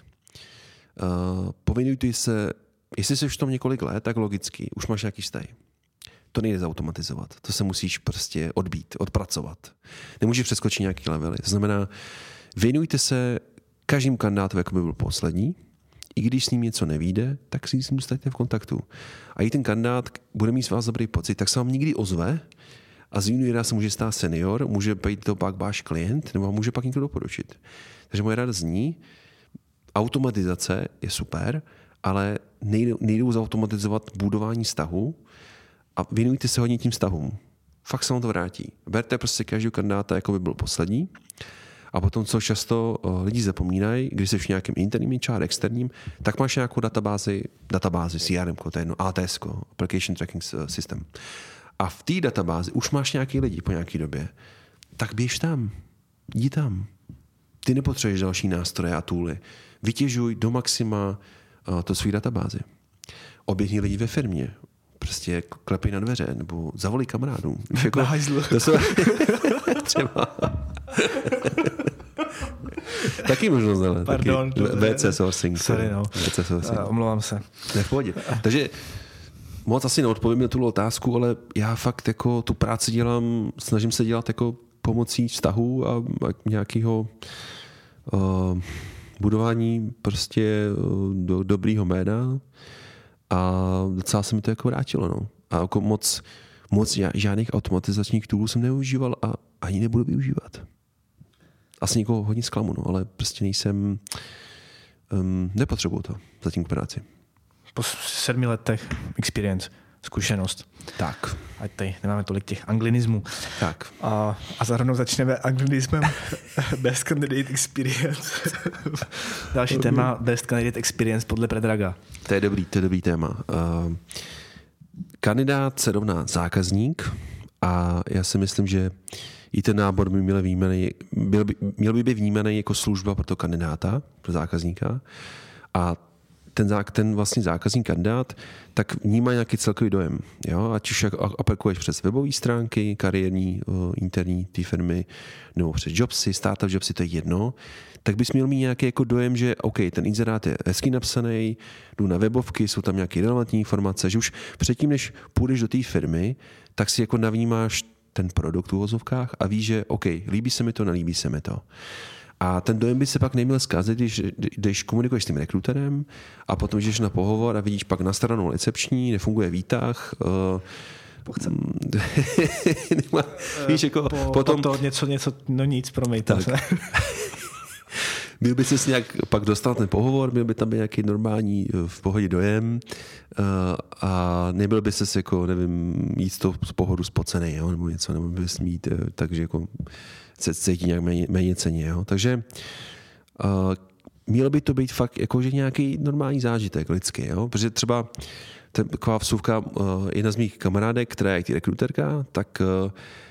Pověnuj se, jestli jsi v tom několik let, tak logicky, už máš nějaký vztah. To nejde zautomatizovat. To se musíš prostě odbít, odpracovat. Nemůžeš přeskočit nějaký levely. To znamená, věnujte se každým kandidátu, jako by byl poslední. I když s ním něco nevíde, tak si s ním zůstaňte v kontaktu. A i ten kandidát bude mít z vás dobrý pocit, tak se vám někdy ozve a z juniora se může stát senior, může být to pak váš klient, nebo může pak někdo doporučit. Takže moje rada zní, automatizace je super, ale nejdou zautomatizovat budování vztahu a věnujte se hodně tím vztahům. Fakt se vám to vrátí. Berte prostě každého kandidáta, jako by byl poslední. A potom, co často lidi zapomínají, když jsi v nějakém interním HR, externím, tak máš nějakou databázi CRM, to je jedno, ATS, Application Tracking System. A v té databázi už máš nějaký lidi po nějaké době. Tak běž tam, jdi tam. Ty nepotřebuješ další nástroje a tooly. Vytěžuj do maxima to svý databázi. Oběhni lidi ve firmě. Prostě klepej na dveře nebo zavolej kamarádům. Jako, to jsou třeba... Taky možnost, ale. Pardon. VC sourcing. Sorry, no. VC sourcing. Omlouvám se. Ne, v pohodě. Takže moc asi neodpovím na tu otázku, ale já fakt jako tu práci dělám, snažím se dělat jako pomocí vztahu a nějakého budování prostě do dobrýho jména a docela se mi to jako vrátilo. No. A jako moc žádných automatizačních toolů jsem neužíval a ani nebudu využívat. Asi někoho hodně zklamu, no, ale prostě nejsem... nepotřebuju to zatím k práci. Po 7 letech experience, zkušenost. Tak. Ať tady nemáme tolik těch anglinismů. Tak. A zahrnou začneme anglinismem Best Candidate Experience. Další téma Best Candidate Experience podle Predraga. To je dobrý téma. Kandidát se rovná zákazník a já si myslím, že i ten nábor by měl by být vnímaný jako služba pro toho kandidáta, pro zákazníka. A ten vlastně zákazník kandidát, tak vnímá nějaký celkový dojem. Jo? Ať už aplikuješ přes webové stránky, kariérní, interní té firmy, nebo přes jobsy, startup jobsy, to je jedno, tak bys měl mít nějaký jako dojem, že OK, ten inzerát je hezky napsaný, jdu na webovky, jsou tam nějaké relevantní informace, že už předtím, než půjdeš do té firmy, tak si jako navnímáš ten produkt v uvozovkách a víš, že OK, líbí se mi to, nelíbí se mi to. A ten dojem by se pak neměl zkazit, když komunikuješ s tím rekruterem a potom jdeš na pohovor a vidíš pak na stranu recepční, nefunguje výtah. Víš, jako potom to něco, no nic, promiňte. Měl by se nějak pak dostat ten pohovor, měl by tam být nějaký normální v pohodě dojem a nebyl by se jako, nevím, jít z pohodu spocený, jo, nebo něco, nebo bys mít, takže jako se cítí nějak méně ceně, jo. Takže mělo by to být fakt jakože nějaký normální zážitek lidský, jo, protože třeba taková vsuvka, jedna z mých kamarádek, která je IT rekruterka, tak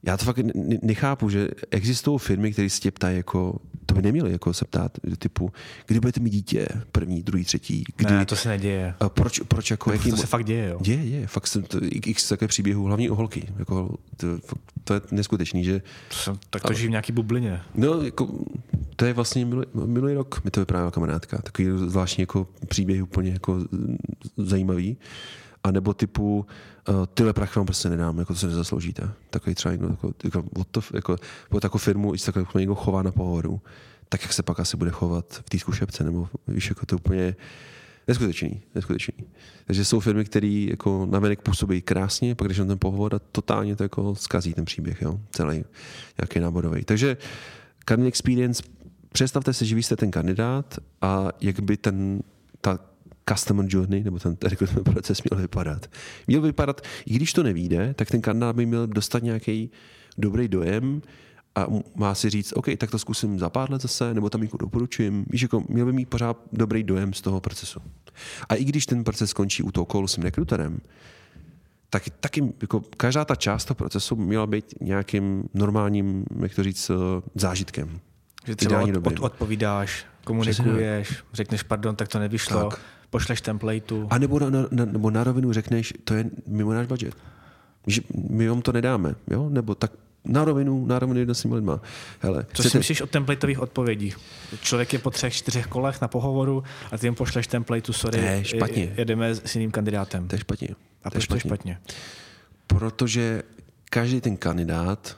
já to fakt nechápu, že existují firmy, které se tě ptají, jako, to by neměli jako se ptát, typu, kdy budete mít dítě, první, druhý, třetí. Kdy, ne, to se neděje. Proč jako... To se fakt děje, jo. Děje. Fakt jsem to, x také příběhů, hlavně o holky. Jako, to je neskutečný, že... Tak to žijí v nějaký bublině. No, jako, to je vlastně minulý rok, mi to vyprávěla kamarádka. Takový zvláštní jako příběh úplně jako zajímavý. A nebo typu, tyhle prachy vám prostě nedám, jako to se nezasloužíte. Takový třeba někdo, jako takovou firmu, když takhle někdo chová na pohovoru, tak jak se pak asi bude chovat v té zkušebce, nebo víš, jako to úplně neskutečný. Takže jsou firmy, které jako navenek působí krásně, pak když na ten pohovor a totálně to jako zkazí ten příběh, jo? Celý nějaký náborový. Takže candidate experience, představte si, že vy jste ten kandidát a jak by ta customer journey, nebo ten rekrutment proces měl vypadat. Měl vypadat, i když to nevíde, tak ten kandidát by měl dostat nějaký dobrý dojem a má si říct, OK, tak to zkusím za pár let zase, nebo tam jako doporučím. Víš, jako měl by mít pořád dobrý dojem z toho procesu. A i když ten proces skončí u toho callu s tím rekruterem, tak taky jako každá ta část toho procesu měla být nějakým normálním, jak to říct, zážitkem. Že třeba odpovídáš, komunikuješ, řekneš pardon, tak to nevyšlo, tak. Pošleš templateu. A nebo na rovinu řekneš, to je mimo náš budget. Že my vám to nedáme, jo? Nebo tak na rovinu jedna s těmi lidma. Hele, co si myslíš o templateových odpovědích? Člověk je po 3-4 kolech na pohovoru a ty jim pošleš templateu, sorry, jedeme s jiným kandidátem. To je špatně. A proč to je špatně? Protože každý ten kandidát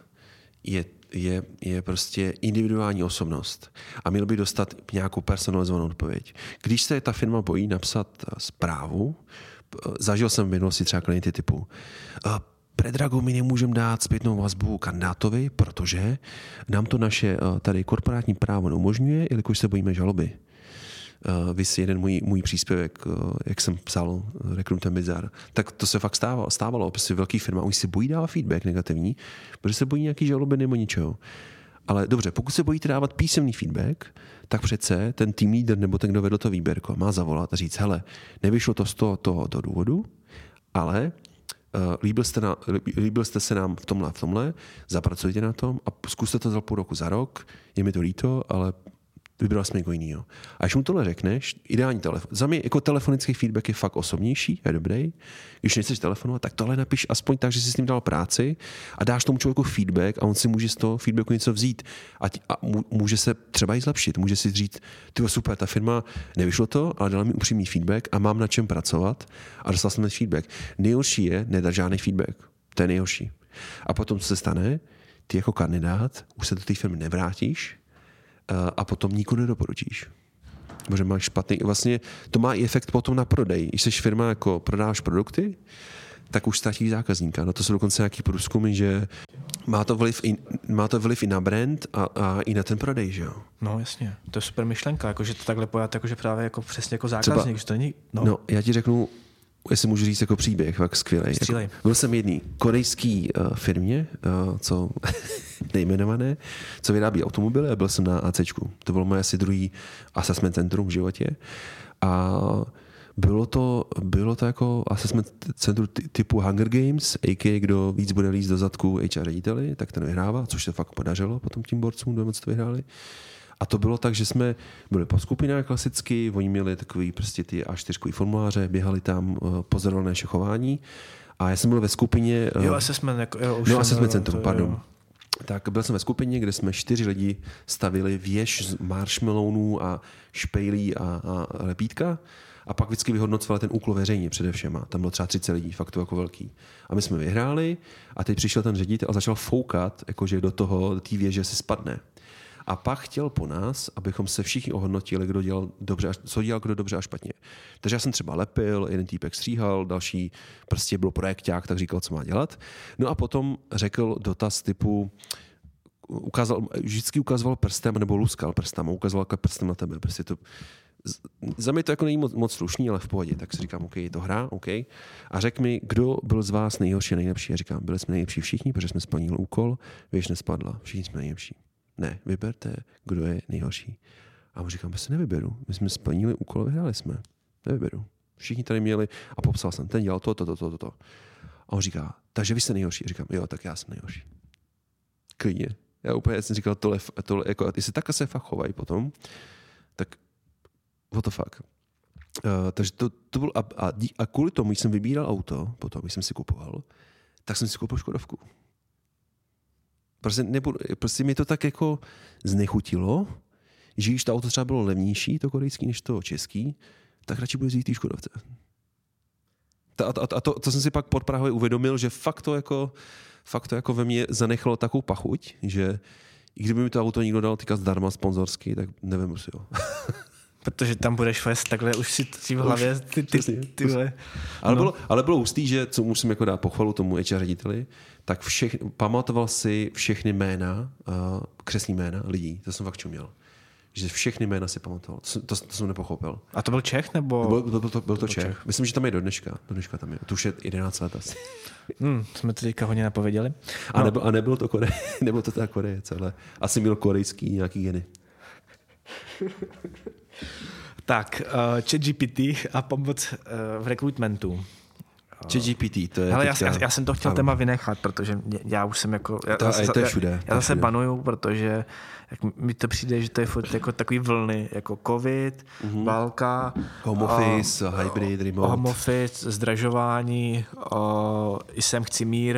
je prostě individuální osobnost a měl by dostat nějakou personalizovanou odpověď. Když se ta firma bojí napsat zprávu, zažil jsem v minulosti třeba klienty typu Predrago, my nemůžeme dát zpětnou vazbu kandidátovi, protože nám to naše tady korporátní právo neumožňuje, jelikož se bojíme žaloby. Vys jeden můj příspěvek, jak jsem psal Recruitment Bizarre, tak to se fakt stávalo. Prostě velký firma, oni se bojí dávat feedback negativní, protože se bojí nějaký žaloby nebo ničeho. Ale dobře, pokud se bojíte dávat písemný feedback, tak přece ten team leader nebo ten, kdo vedl to výběrko, má zavolat a říct, hele, nevyšlo to z toho důvodu, ale líbil jste se nám v tomhle, zapracujte na tom a zkuste to za půl roku, za rok, je mi to líto, ale vybral jsme někoho jinýho. A když mu tohle řekneš, ideální telefon. Za mě jako telefonický feedback je fakt osobnější, je dobrý. Když nechceš telefonovat, tak tohle napiš aspoň tak, že jsi s ním dal práci a dáš tomu člověku feedback a on si může z toho feedbacku něco vzít a může se třeba i zlepšit. Může si říct, ty super, ta firma, nevyšlo to, ale dala mi upřímný feedback a mám na čem pracovat a dostal jsem ten feedback. Nejhorší je nedat žádný feedback. To je nejhorší. A potom, co se stane, ty jako kandidát už se do té firmy nevrátíš, a potom nikoho nedoporučíš. Protože máš špatný, vlastně to má i efekt potom na prodej. Když jsi firma, jako prodáváš produkty, tak už ztratíš zákazníka. No to jsou dokonce nějaký průzkumy, že má to vliv i na brand a i na ten prodej, že jo? No jasně, to je super myšlenka, jakože to takhle pojat, jakože právě jako přesně jako zákazník, že to není... No, já ti řeknu, jestli můžu říct jako příběh, fakt skvělej. Jako, byl jsem jedný korejský firmě, co nejmenované, co vyrábí automobily a byl jsem na ACčku. To bylo moje asi druhý assessment centrum v životě. A bylo to jako assessment centrum typu Hunger Games, a.k.a. kdo víc bude líst do zadku HR řediteli, tak ten vyhrává, což se fakt podařilo potom tím borcům, kdo moc to vyhráli. A to bylo tak, že jsme byli po skupinách klasicky, oni měli takový prostě ty A4 formuláře, běhali tam, pozorovali naše chování a já jsem byl ve skupině... assessment centrum, pardon. Tak byl jsem ve skupině, kde jsme 4 lidi stavili věž z marshmallowů a špejlí a lepítka a pak vždycky vyhodnocovali ten úkol veřejně především. Tam bylo třeba 30 lidí, fakt to jako velký. A my jsme vyhráli a teď přišel ten ředitel a začal foukat, jakože do té věže se spadne. A pak chtěl po nás, abychom se všichni ohodnotili, kdo dělal dobře, co dělal kdo dobře a špatně. Takže já jsem třeba lepil, jeden týpek stříhal, další prostě byl projekťák, tak říkal, co má dělat. No a potom řekl dotaz typu, vždycky ukazoval prstem, nebo luskal prstem, ukazoval prstem na tebe. Prostě to, za mě to jako není moc slušný, ale v pohodě. Tak si říkám, OK, je to hra, OK. A řekl mi, kdo byl z vás nejhorší a nejlepší. Já říkám, byli jsme nejlepší všichni, protože jsme splnili úkol, věž nespadla, všichni jsme nejlepší. Ne, vyberte, kdo je nejhorší. A on říkám, já se nevyberu. My jsme splnili úkol, vyhráli jsme. Nevyberu. Všichni tady měli a popsal jsem, ten dělal to. A on říká, takže vy jste nejhorší. A říkám, jo, tak já jsem nejhorší. Klidně. Já úplně jsem říkal, tohle jako, jestli takhle se fakt chovají potom, tak what the fuck. Takže to byl, a kvůli tomu, když jsem vybíral auto, potom, když jsem si kupoval, tak jsem si koupil Škodovku. Prostě mě to tak jako znechutilo, že když to auto třeba bylo levnější, to korejský, než to český, tak radši budu říct té Škodovce. To jsem si pak pod Prahou uvědomil, že fakt to jako ve mně zanechalo takovou pachuť, že i kdyby mi to auto někdo dal týka zdarma sponzorsky, tak nevím, si jo. Protože tam budeš vést takhle už si v hlavě tyhle. Ale bylo hustý, že co musím jako dát pochvalu tomu HR řediteli, tak pamatoval si všechny jména, křestní jména lidí. To jsem fakt čuměl. Že všechny jména si pamatoval. To jsem nepochopil. A to byl Čech, nebo? Byl to Čech. Myslím, že tam je do dneška. Do dneška tam je. To už je 11 let asi. Jsme to teďka hodně napověděli. A nebylo to nebylo to teda Korejec, ale asi měl korejský nějaký geny. Tak, ChatGPT a pomoc v rekrutmentu. ChatGPT, to je hele, já jsem to chtěl téma vynechat, protože já už jsem jako... To je všude. Já zase banuju, protože mi to přijde, že to je furt jako takový vlny, jako covid, válka, home office, hybrid, remote. Home office, zdražování, i sem chci mír,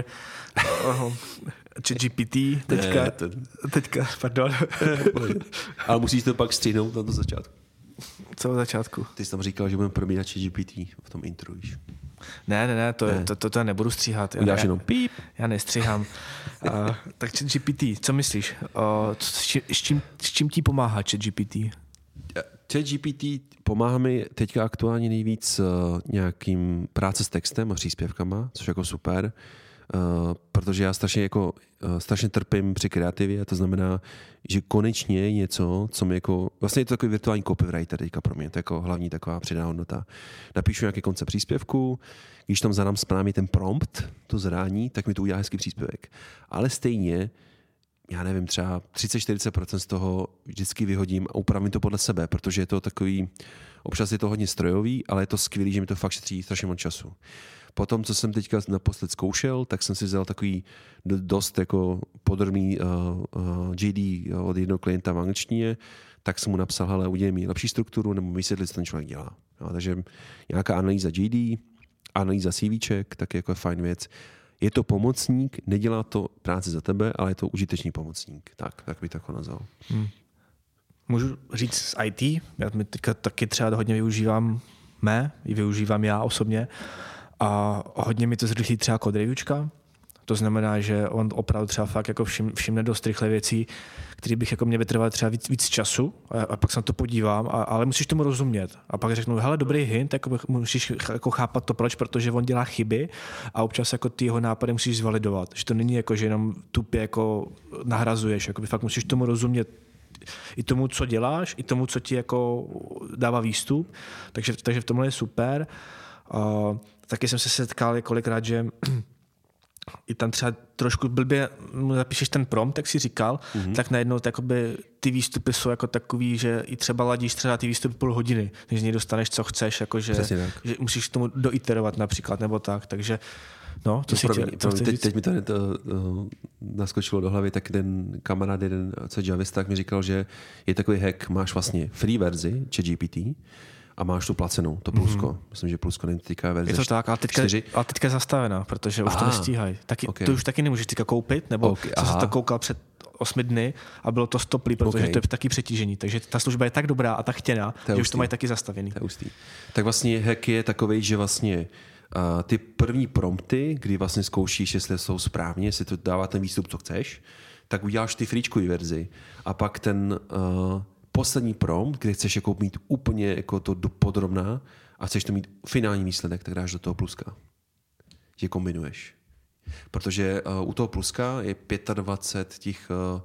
ChatGPT, teďka, pardon. Ale musíš to pak stříhnout na to začátku. Co od začátku? Ty jsi tam říkal, že budeme probírat ChatGPT v tom intru, víš. Ne, to nebudu stříhat. Uděláš jenom píp. Já nestříhám. Tak ChatGPT, co myslíš? S čím ti pomáhá ChatGPT? ChatGPT pomáhá mi teďka aktuálně nejvíc nějakým práce s textem a příspěvkama, což je jako super. Protože já strašně trpím při kreativě, to znamená, že konečně něco, co mi jako, vlastně je to takový virtuální copywriter teďka pro mě, to je jako hlavní taková přidaná hodnota. Napíšu nějaký koncept příspěvku, když tam zadám správně ten prompt, to zadání, tak mi to udělá hezký příspěvek. Ale stejně, já nevím, třeba 30-40% z toho vždycky vyhodím a upravím to podle sebe, protože je to takový, občas je to hodně strojový, ale je to skvělý, že mi to fakt šetří strašně moc času. Potom, co jsem teďka naposled zkoušel, tak jsem si vzal takový dost jako podrobný JD od jednoho klienta v angličtině, tak jsem mu napsal, hele, udělej mi lepší strukturu, nebo vysvětlit, co ten člověk dělá. Jo, takže nějaká analýza JD, analýza CVček, tak jako je fajn věc. Je to pomocník, nedělá to práci za tebe, ale je to užitečný pomocník. Tak bych to jako nazval. Můžu říct z IT, já teďka taky třeba hodně využívám já osobně, a hodně mi to zrychlí třeba code reviewčka. To znamená, že on opravdu třeba fakt jako všimne dost rychle věcí, které bych jako mě vytrval třeba víc času a pak se na to podívám, ale musíš tomu rozumět. A pak řeknu, hele, dobrý hint, jako musíš jako chápat to proč, protože on dělá chyby a občas jako ty jeho nápady musíš zvalidovat. Že to není jako, že jenom tupě jako nahrazuješ, jako fakt musíš tomu rozumět i tomu, co děláš, i tomu, co ti jako dává výstup. Takže v tomhle je super. Taky jsem se setkal kolikrát, že i tam třeba trošku blbě zapíšeš ten prompt, jak jsi říkal, tak najednou ty výstupy jsou jako takový, že i třeba ladíš třeba ty výstupy půl hodiny, než z něj dostaneš, co chceš, jako že musíš tomu doiterovat například, nebo tak, takže no, to si teď mi to naskočilo do hlavy, tak ten kamarád co je javista, tak mi říkal, že je takový hack, máš vlastně free verzi ChatGPT, a máš tu placenou, to plusko. Myslím, že plusko není týká verze. Je to tak, ale teďka je zastavená, protože už to nestíhají. To už taky nemůžeš teďka koupit, nebo co jsi to koukal před 8 dny a bylo to stoplý, protože to je taky přetížení. Takže ta služba je tak dobrá a tak chtěná, že už to mají taky zastavený. Tak vlastně hack je takovej, že vlastně ty první prompty, kdy vlastně zkoušíš, jestli jsou správně, jestli to dává ten výstup, co chceš, tak uděláš ty frýčkový verzi a pak ten poslední prompt, kde chceš jako mít úplně jako to podrobná a chceš to mít finální výsledek, tak dáš do toho pluska. Že kombinuješ. Protože u toho pluska je 25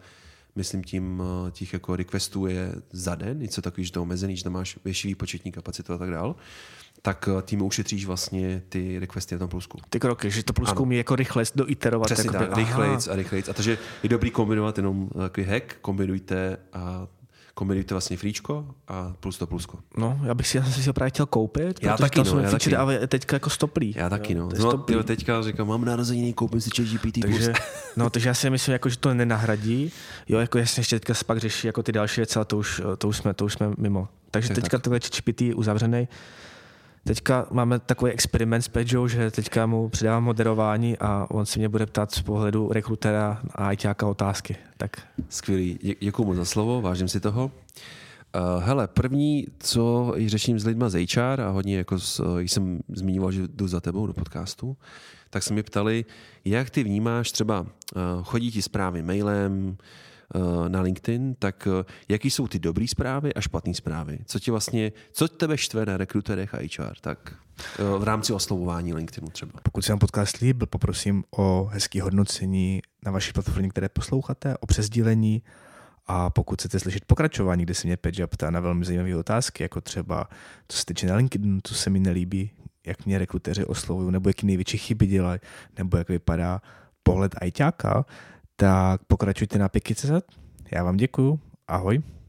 těch jako requestů je za den, něco takový, že to omezený, že tam máš větší výpočetní kapacitu a tak dál, tak tím ušetříš vlastně ty requesty na tom plusku. Ty kroky, že to plusku umí jako rychlejc doiterovat. Přesně tak, rychlejc. A takže je dobrý kombinovat jenom takový hack, kombinujte Komedujte vlastně fríčko a plus to plusko. No, já jsem si ho právě chtěl koupit, Já protože taky, tam no, jsou já feature, taky. ale teďka jako stoplý. Já taky, no. To je stoplý. Teďka říkám, mám narozeniny, koupím si ChatGPT+. Takže, no, takže já si myslím, jako, že to nenahradí. Jo, jako jasně ještě teďka pak řeší jako ty další věci, ale to už jsme mimo. Takže tak teďka tohle ChatGPT je uzavřený. Teďka máme takový experiment s Pedžou, že teďka mu předávám moderování a on se mě bude ptát z pohledu rekrutera a ajťáka otázky. Tak. Skvělý, děkuju moc za slovo, vážím si toho. Hele, první, co řeším s lidma z HR a hodně, jako jsem zmiňoval, že jdu za tebou do podcastu, tak se mi ptali, jak ty vnímáš třeba, chodí ti zprávy mailem na LinkedIn, tak jaký jsou ty dobrý zprávy a špatné zprávy? Co tebe štve na rekruterech a HR? Tak v rámci oslovování LinkedInu třeba. Pokud se vám podcast líbil, poprosím o hezký hodnocení na vaší platformě, které posloucháte, o přesdílení. A pokud chcete slyšet pokračování, kde se mě Pedža ptá na velmi zajímavé otázky, jako třeba co se týče na LinkedIn, co se mi nelíbí, jak mě rekruteři oslovují, nebo jaký největší chyby dělají, nebo jak vypadá pohled ajťáka, tak pokračujte na Piky.cz. Já vám děkuju. Ahoj.